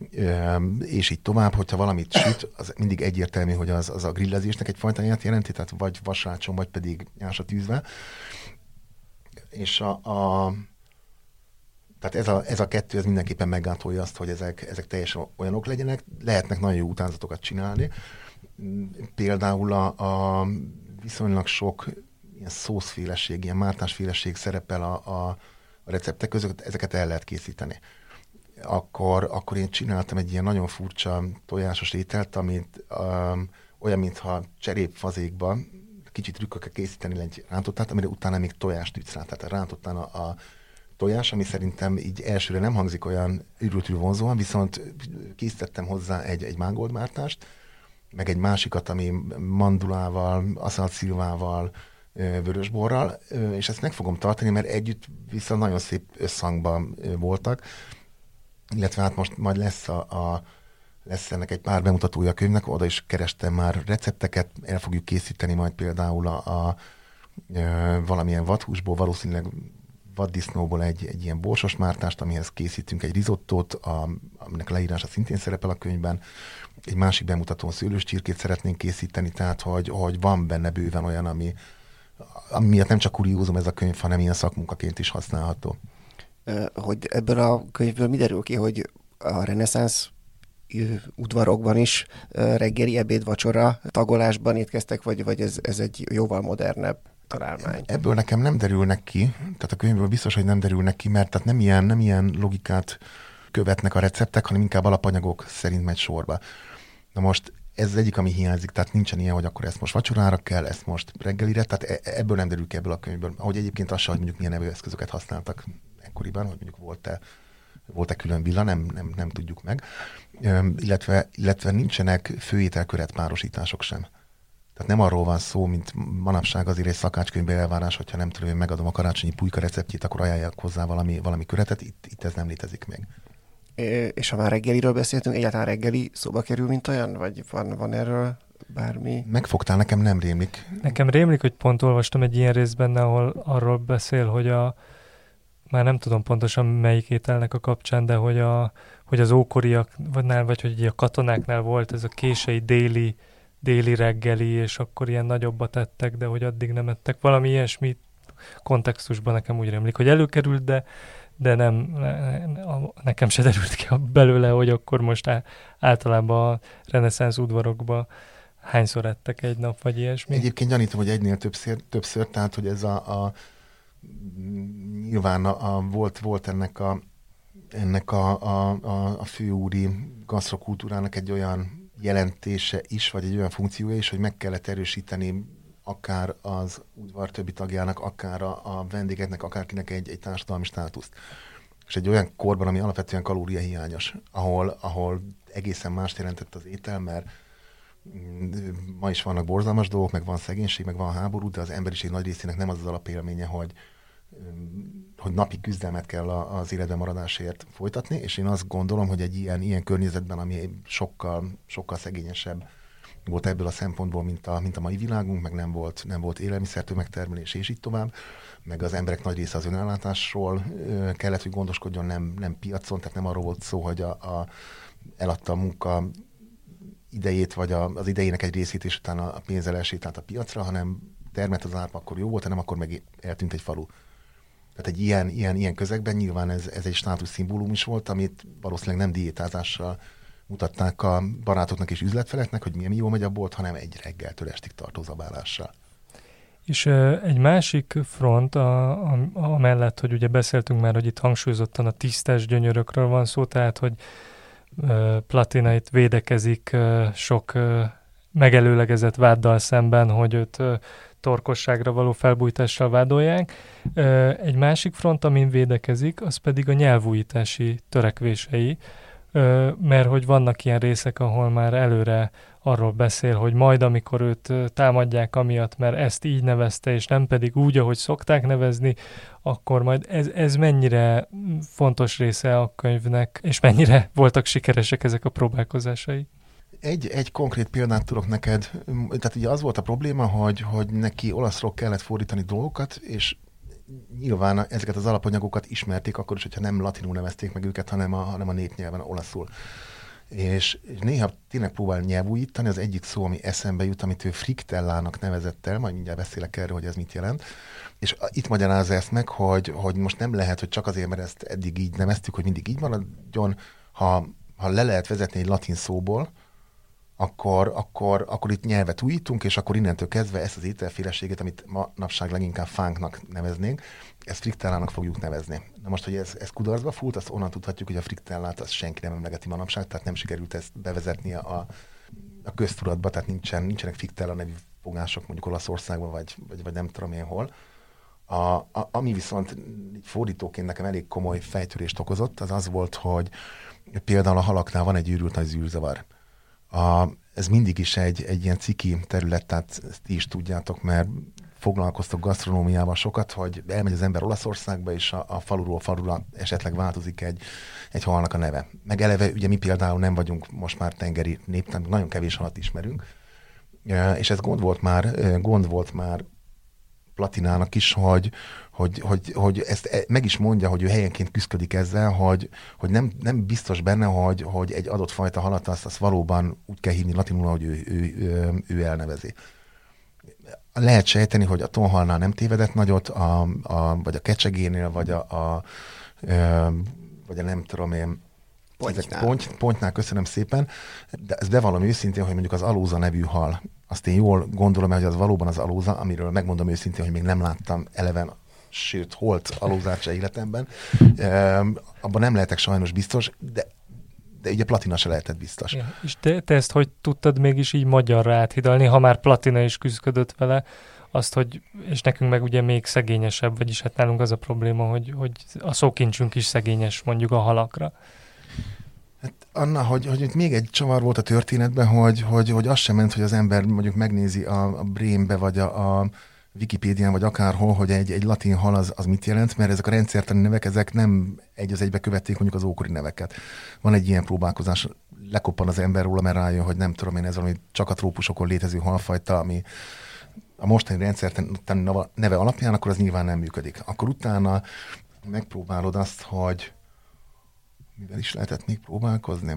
és így tovább, hogyha valamit süt, az mindig egyértelmű, hogy az, az a grillezésnek egy fajtáját jelenti, tehát vagy vasrácson, vagy pedig ásat tűzve. És a, a Tehát ez a, ez a kettő, ez mindenképpen meggátolja azt, hogy ezek, ezek teljesen olyanok legyenek. Lehetnek nagyon jó utánzatokat csinálni. Például a, a viszonylag sok ilyen szószféleség, ilyen mártásféleség szerepel a, a, a receptek között, ezeket el lehet készíteni. Akkor, akkor én csináltam egy ilyen nagyon furcsa tojásos ételt, amit um, olyan, mintha cserépfazékba kicsit trükkökkel készíteni egy rántottát, amire utána még tojást ütsz rá. Tehát rántottán a, a tojás, ami szerintem így elsőre nem hangzik olyan ürültül vonzóan, viszont készítettem hozzá egy, egy mángoldmártást, meg egy másikat, ami mandulával, aszaltszilvával, vörösborral, és ezt meg fogom tartani, mert együtt viszont nagyon szép összhangban voltak, illetve hát most majd lesz, a, a, lesz ennek egy pár bemutatója a könyvnek, oda is kerestem már recepteket, el fogjuk készíteni majd például a, a, a valamilyen vadhúsból, valószínűleg vaddisznóból egy, egy ilyen borsos mártást, amihez készítünk egy risottót, a, aminek leírása szintén szerepel a könyvben. Egy másik bemutatón szőlős csirkét szeretnénk készíteni, tehát hogy, hogy van benne bőven olyan, ami, ami miatt nem csak kuriózum ez a könyv, hanem ilyen szakmunkaként is használható. Hogy ebből a könyvből mi derül ki, hogy a reneszánsz udvarokban is reggeli, ebéd, vacsora tagolásban étkeztek, vagy, vagy ez, ez egy jóval modernebb találmány? Ebből nekem nem derülnek ki, tehát a könyvből biztos, hogy nem derülnek ki, mert tehát nem ilyen, nem ilyen logikát követnek a receptek, hanem inkább alapanyagok szerint megy sorba. Na most ez az egyik, ami hiányzik, tehát nincsen ilyen, hogy akkor ezt most vacsorára kell, ezt most reggelire, tehát ebből nem derül ki ebből a könyvből. Ahogy egyébként az se, hogy mondjuk milyen evőeszközöket használtak ekkoriban, hogy mondjuk volt-e, volt-e külön villa, nem, nem, nem tudjuk meg. Üm, illetve, illetve nincsenek főételköret párosítások sem. Tehát nem arról van szó, mint manapság azért egy szakácskönyvben elvárás, hogyha nem tudom, hogy megadom a karácsonyi pulyka receptjét, akkor ajánljak hozzá valami, valami köretet, itt, itt ez nem létezik még. É, és ha már reggeliről beszéltünk, egyáltalán reggeli szóba kerül, mint olyan? Vagy van, van erről bármi? Megfogtál, nekem nem rémlik. Nekem rémlik, hogy pont olvastam egy ilyen részt benne, ahol arról beszél, hogy a már nem tudom pontosan melyik ételnek a kapcsán, de hogy, a, hogy az ókoriaknál, vagy hogy a katonáknál volt ez a késői déli, déli reggeli, és akkor ilyen nagyobbat ettek, de hogy addig nem ettek. Valami ilyesmi kontextusban nekem úgy rémlik, hogy előkerült, de, de nem, ne, nekem se derült ki belőle, hogy akkor most általában a reneszánsz udvarokban hányszor ettek egy nap, vagy ilyesmi. Egyébként gyanítom, hogy egynél többször, többször tehát hogy ez a, a nyilván a, a, volt, volt ennek a, ennek a, a, a, a főúri gasztrokultúrának egy olyan jelentése is, vagy egy olyan funkciója is, hogy meg kellett erősíteni akár az udvar többi tagjának, akár a, a vendégeknek, akárkinek egy, egy társadalmi státuszt. És egy olyan korban, ami alapvetően kalóriahiányos, ahol, ahol egészen mást jelentett az étel, mert ma is vannak borzalmas dolgok, meg van szegénység, meg van háború, de az emberiség nagy részének nem az az alapélménye, hogy, hogy napi küzdelmet kell az életben maradásért folytatni, és én azt gondolom, hogy egy ilyen, ilyen környezetben, ami sokkal, sokkal szegényesebb volt ebből a szempontból, mint a, mint a mai világunk, meg nem volt, nem volt élelmiszertől megtermelés, és így tovább, meg az emberek nagy része az önellátásról kellett, hogy gondoskodjon, nem, nem piacon, tehát nem arról volt szó, hogy a, a, eladta a munka idejét, vagy a, az idejének egy részét, és utána a pénzzel elsétált a piacra, hanem termelt az árpa, akkor jó volt, hanem akkor meg eltűnt egy falu. Tehát egy ilyen, ilyen, ilyen közegben nyilván ez, ez egy státuszszimbólum is volt, amit valószínűleg nem diétázással mutatták a barátoknak és üzletfeleknek, hogy milyen jól megy a bolt, hanem egy reggeltől estig tartó zabálással. És uh, egy másik front, a, a, a mellett, hogy ugye beszéltünk már, hogy itt hangsúlyozottan a tisztes gyönyörökről van szó, tehát, hogy uh, Platina itt védekezik uh, sok uh, megelőlegezett váddal szemben, hogy őt uh, torkosságra való felbújtással vádolják. Uh, egy másik front, amin védekezik, az pedig a nyelvújítási törekvései, mert hogy vannak ilyen részek, ahol már előre arról beszél, hogy majd amikor őt támadják amiatt, mert ezt így nevezte, és nem pedig úgy, ahogy szokták nevezni, akkor majd ez, ez mennyire fontos része a könyvnek, és mennyire voltak sikeresek ezek a próbálkozásai? Egy, egy konkrét példát tudok neked, tehát ugye az volt a probléma, hogy, hogy neki olaszról kellett fordítani dolgokat, és nyilván ezeket az alapanyagokat ismerték akkor is, hogyha nem latinul nevezték meg őket, hanem a, hanem a népnyelven, olaszul. És, és néha tényleg próbál nyelvújítani, az egyik szó, ami eszembe jut, amit ő friktellának nevezett el, majd mindjárt beszélek erről, hogy ez mit jelent. És itt magyarázza ezt meg, hogy, hogy most nem lehet, hogy csak azért, mert ezt eddig így neveztük, hogy mindig így maradjon, ha, ha le lehet vezetni egy latin szóból, akkor, akkor, akkor itt nyelvet újítunk, és akkor innentől kezdve ezt az ételféleséget, amit manapság leginkább fánknak neveznénk, ezt friktellának fogjuk nevezni. Na most, hogy ez, ez kudarcba fut, azt onnan tudhatjuk, hogy a friktellát azt senki nem emlegeti manapság, tehát nem sikerült ezt bevezetni a, a köztudatba, tehát nincsen, nincsenek friktella nevű fogások mondjuk Olaszországban, vagy, vagy, vagy nem tudom én hol. A, a, ami viszont fordítóként nekem elég komoly fejtörést okozott, az az volt, hogy például a halaknál van egy őrült nagy zűrzavar. A, ez mindig is egy, egy ilyen ciki terület, tehát ezt ti is tudjátok, mert foglalkoztok gasztronómiával sokat, hogy elmegy az ember Olaszországba, és a, a faluról falura esetleg változik egy, egy halnak a neve. Meg eleve, ugye mi például nem vagyunk most már tengeri nép, tehát nagyon kevés halat ismerünk, és ez gond volt már, gond volt már Platinának is, hogy, hogy, hogy, hogy ezt meg is mondja, hogy ő helyenként küszködik ezzel, hogy, hogy nem, nem biztos benne, hogy, hogy egy adott fajta halat azt, azt valóban úgy kell hívni latinul, hogy ő, ő, ő, ő elnevezi. Lehet sejteni, hogy a tonhalnál nem tévedett nagyot, a, a, vagy a kecsegénél, vagy a, a, a, vagy a nem tudom én, Pontnál. Pont, pontnál köszönöm szépen, de ezt bevallom őszintén, hogy mondjuk az alóza nevű hal, azt én jól gondolom, hogy az valóban az alóza, amiről megmondom őszintén, hogy még nem láttam eleven, sőt, holt alózát se életemben. Ehm, abban nem lehetek sajnos biztos, de, de ugye Platina se lehetett biztos. Ja, és te, te ezt hogy tudtad mégis így magyarra áthidalni, ha már Platina is küzdködött vele, azt, hogy, és nekünk meg ugye még szegényesebb, vagyis hát nálunk az a probléma, hogy, hogy a szókincsünk is szegényes mondjuk a halakra. Hát Anna, hogy, hogy itt még egy csavar volt a történetben, hogy, hogy, hogy az sem ment, hogy az ember mondjuk megnézi a, a Brainbe, vagy a, a Wikipédián, vagy akárhol, hogy egy, egy latin hal az, az mit jelent, mert ezek a rendszertani nevek, ezek nem egy az egybe követték mondjuk az ókori neveket. Van egy ilyen próbálkozás, lekoppan az ember róla, mert rájön, hogy nem tudom én, ez valami csak a trópusokon létező halfajta, ami a mostani rendszertani neve alapján, akkor az nyilván nem működik. Akkor utána megpróbálod azt, hogy mivel is lehetett még próbálkozni?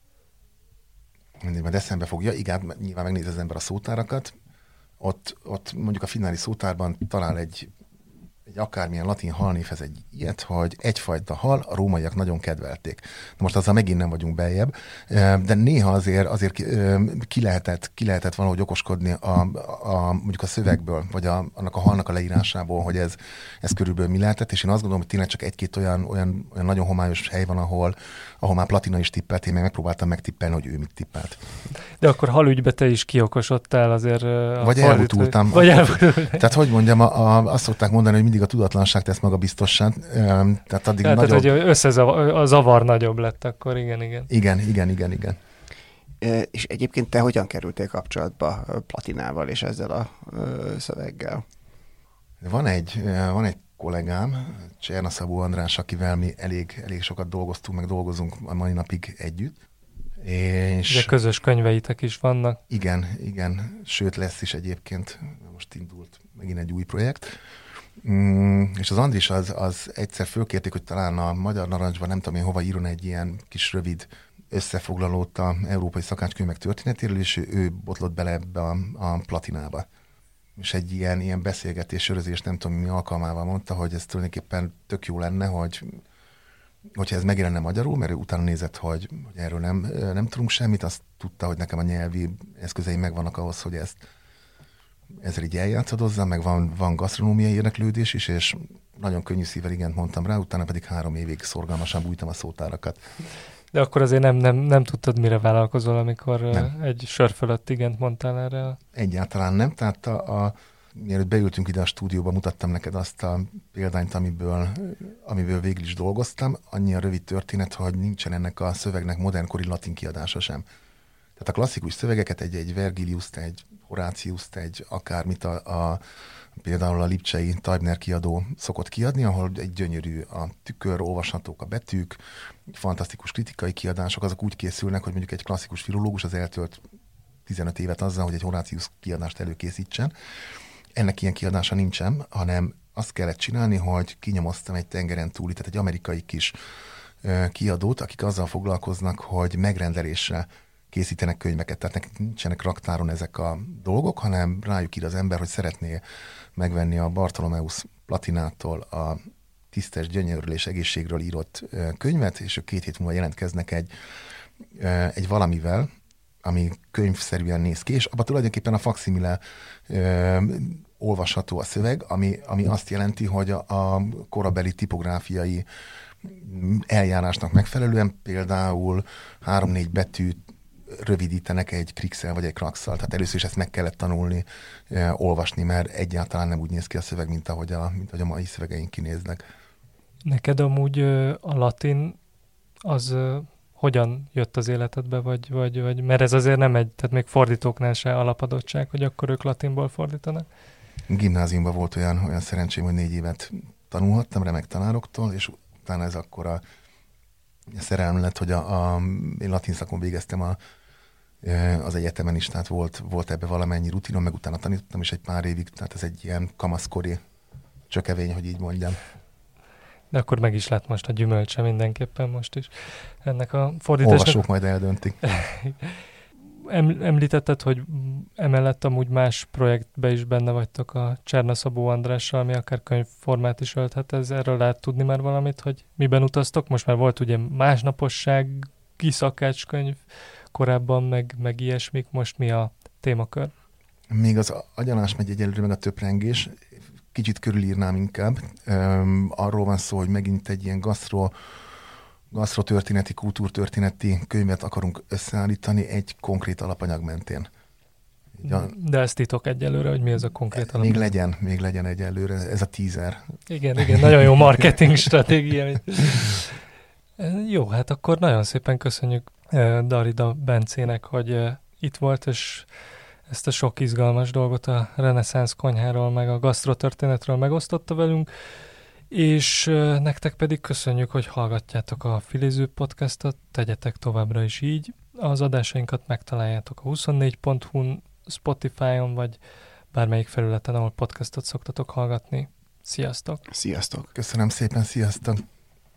Mindig majd eszembe fogja. Igen, nyilván megnéz az ember a szótárakat. Ott, ott mondjuk a finnári szótárban talál egy, egy akármilyen latin halnévhez egy ilyet, hogy egyfajta hal, a rómaiak nagyon kedvelték. Na most azzal megint nem vagyunk beljebb, de néha azért, azért ki, lehetett, ki lehetett valahogy okoskodni a, a, mondjuk a szövegből, vagy a, annak a halnak a leírásából, hogy ez, ez körülbelül mi lehetett, és én azt gondolom, hogy tényleg csak egy-két olyan, olyan, olyan nagyon homályos hely van, ahol, ahol már Platina is tippelt, én meg megpróbáltam megtippelni, hogy ő mit tippelt. De akkor halügybe te is kiokosodtál azért. Vagy elbutultam. Vagy elbutultam. Tehát hogy mondjam, a, a, azt szokták mondani, hogy mindig a tudatlanság tesz maga biztosan. Tehát addig ja, nagyobb... Tehát, hogy összezavar, a zavar nagyobb lett, akkor igen, igen. Igen, igen, igen, igen. E, és egyébként te hogyan kerültél kapcsolatba Platinával és ezzel a ö, szöveggel? Van egy, van egy kollégám, Csernaszabó András, akivel mi elég, elég sokat dolgoztunk, meg dolgozunk a mai napig együtt. És ugye közös könyveitek is vannak. Igen, igen. Sőt, lesz is egyébként. Most indult megint egy új projekt. Mm, és az Andris az, az egyszer fölkérték, hogy talán a Magyar Narancsban, nem tudom én hova írjon egy ilyen kis rövid összefoglalót a európai szakácskönyvek történetéről, és ő, ő botlott bele ebbe a, a Platinába. És egy ilyen, ilyen beszélgetés, sörözés, nem tudom mi alkalmával mondta, hogy ez tulajdonképpen tök jó lenne, hogy hogyha ez megjelenne magyarul, mert ő utána nézett, hogy, hogy erről nem, nem tudunk semmit, azt tudta, hogy nekem a nyelvi eszközeim megvannak ahhoz, hogy ezt ezzel így eljátszadozzam, meg van, van gasztronómiai érdeklődés is, és nagyon könnyű szívvel igent mondtam rá, utána pedig három évig szorgalmasan bújtam a szótárakat. De akkor azért nem, nem, nem tudtad, mire vállalkozol, amikor nem. egy sör fölött igent mondtál erre? Egyáltalán nem, tehát a, a mielőtt beültünk ide a stúdióba, mutattam neked azt a példányt, amiből, amiből végül is dolgoztam. Annyi a rövid történet, hogy nincsen ennek a szövegnek modernkori latin kiadása sem. Tehát a klasszikus szövegeket egy, egy Vergiliuszt, egy Horáciuszt, egy akármit a, a például a lipcsei Teubner kiadó szokott kiadni, ahol egy gyönyörű a tükör, olvashatók a betűk, fantasztikus kritikai kiadások, azok úgy készülnek, hogy mondjuk egy klasszikus filológus az eltölt tizenöt évet azzal, hogy egy Horácius kiadást előkészítsen. Ennek ilyen kiadása nincsen, hanem azt kellett csinálni, hogy kinyomoztam egy tengeren túli, tehát egy amerikai kis kiadót, akik azzal foglalkoznak, hogy megrendelésre készítenek könyveket, tehát nekik nincsenek raktáron ezek a dolgok, hanem rájuk ír az ember, hogy szeretné megvenni a Bartholomeus Platinától a Tisztes gyönyörről és egészségről írott könyvet, és ők két hét múlva jelentkeznek egy, egy valamivel, ami könyvszerűen néz ki, és abban tulajdonképpen a fakszimile olvasható a szöveg, ami, ami azt jelenti, hogy a, a korabeli tipográfiai eljárásnak megfelelően például három-négy betűt rövidítenek egy krikszel vagy egy krakszal. Tehát először is ezt meg kellett tanulni, e, olvasni, mert egyáltalán nem úgy néz ki a szöveg, mint ahogy a, mint ahogy a mai szövegeink kinéznek. Neked amúgy a latin az hogyan jött az életedbe, vagy, vagy, vagy mert ez azért nem egy, tehát még fordítóknál se alapadottság, hogy akkor ők latinból fordítanak? Gimnáziumban volt olyan, olyan szerencsém, hogy négy évet tanulhattam remek tanároktól, és utána ez akkor a szerelem lett, hogy a, a, én latin szakon végeztem a, az egyetemen is, tehát volt, volt ebbe valamennyi rutinom, meg utána tanítottam is egy pár évig, tehát ez egy ilyen kamaszkori csökevény, hogy így mondjam. De akkor meg is lett most a gyümölcse mindenképpen most is ennek a fordításnak. Olvasók majd eldöntik. Említetted, hogy emellett amúgy más projektben is benne vagytok a Cserna Szabó Andrással, ami akár könyvformát is ölthet. Ez, erről lehet tudni már valamit, hogy miben utaztok? Most már volt ugye másnaposság, kiszakácskönyv korábban, meg, meg ilyesmik. Most mi a témakör? Még az Agyalás megy egyelőre, meg a Töprengés. Kicsit körülírnám inkább. Um, arról van szó, hogy megint egy ilyen gasztro gasztrotörténeti, kultúrtörténeti könyvet akarunk összeállítani egy konkrét alapanyag mentén. A... De ez titok egyelőre, hogy mi ez a konkrét alapanyag? Még legyen, még legyen egyelőre, ez a teaser. Igen, igen, nagyon jó marketing stratégia. Jó, hát akkor nagyon szépen köszönjük Darida Bencének, hogy itt volt, és ezt a sok izgalmas dolgot a reneszánsz konyháról, meg a gasztrotörténetről megosztotta velünk. És nektek pedig köszönjük, hogy hallgatjátok a Filéző podcastot, tegyetek továbbra is így. Az adásainkat megtaláljátok a huszonnégy pont hu-n, Spotify-on, vagy bármelyik felületen, ahol podcastot szoktatok hallgatni. Sziasztok! Sziasztok! Köszönöm szépen, sziasztok!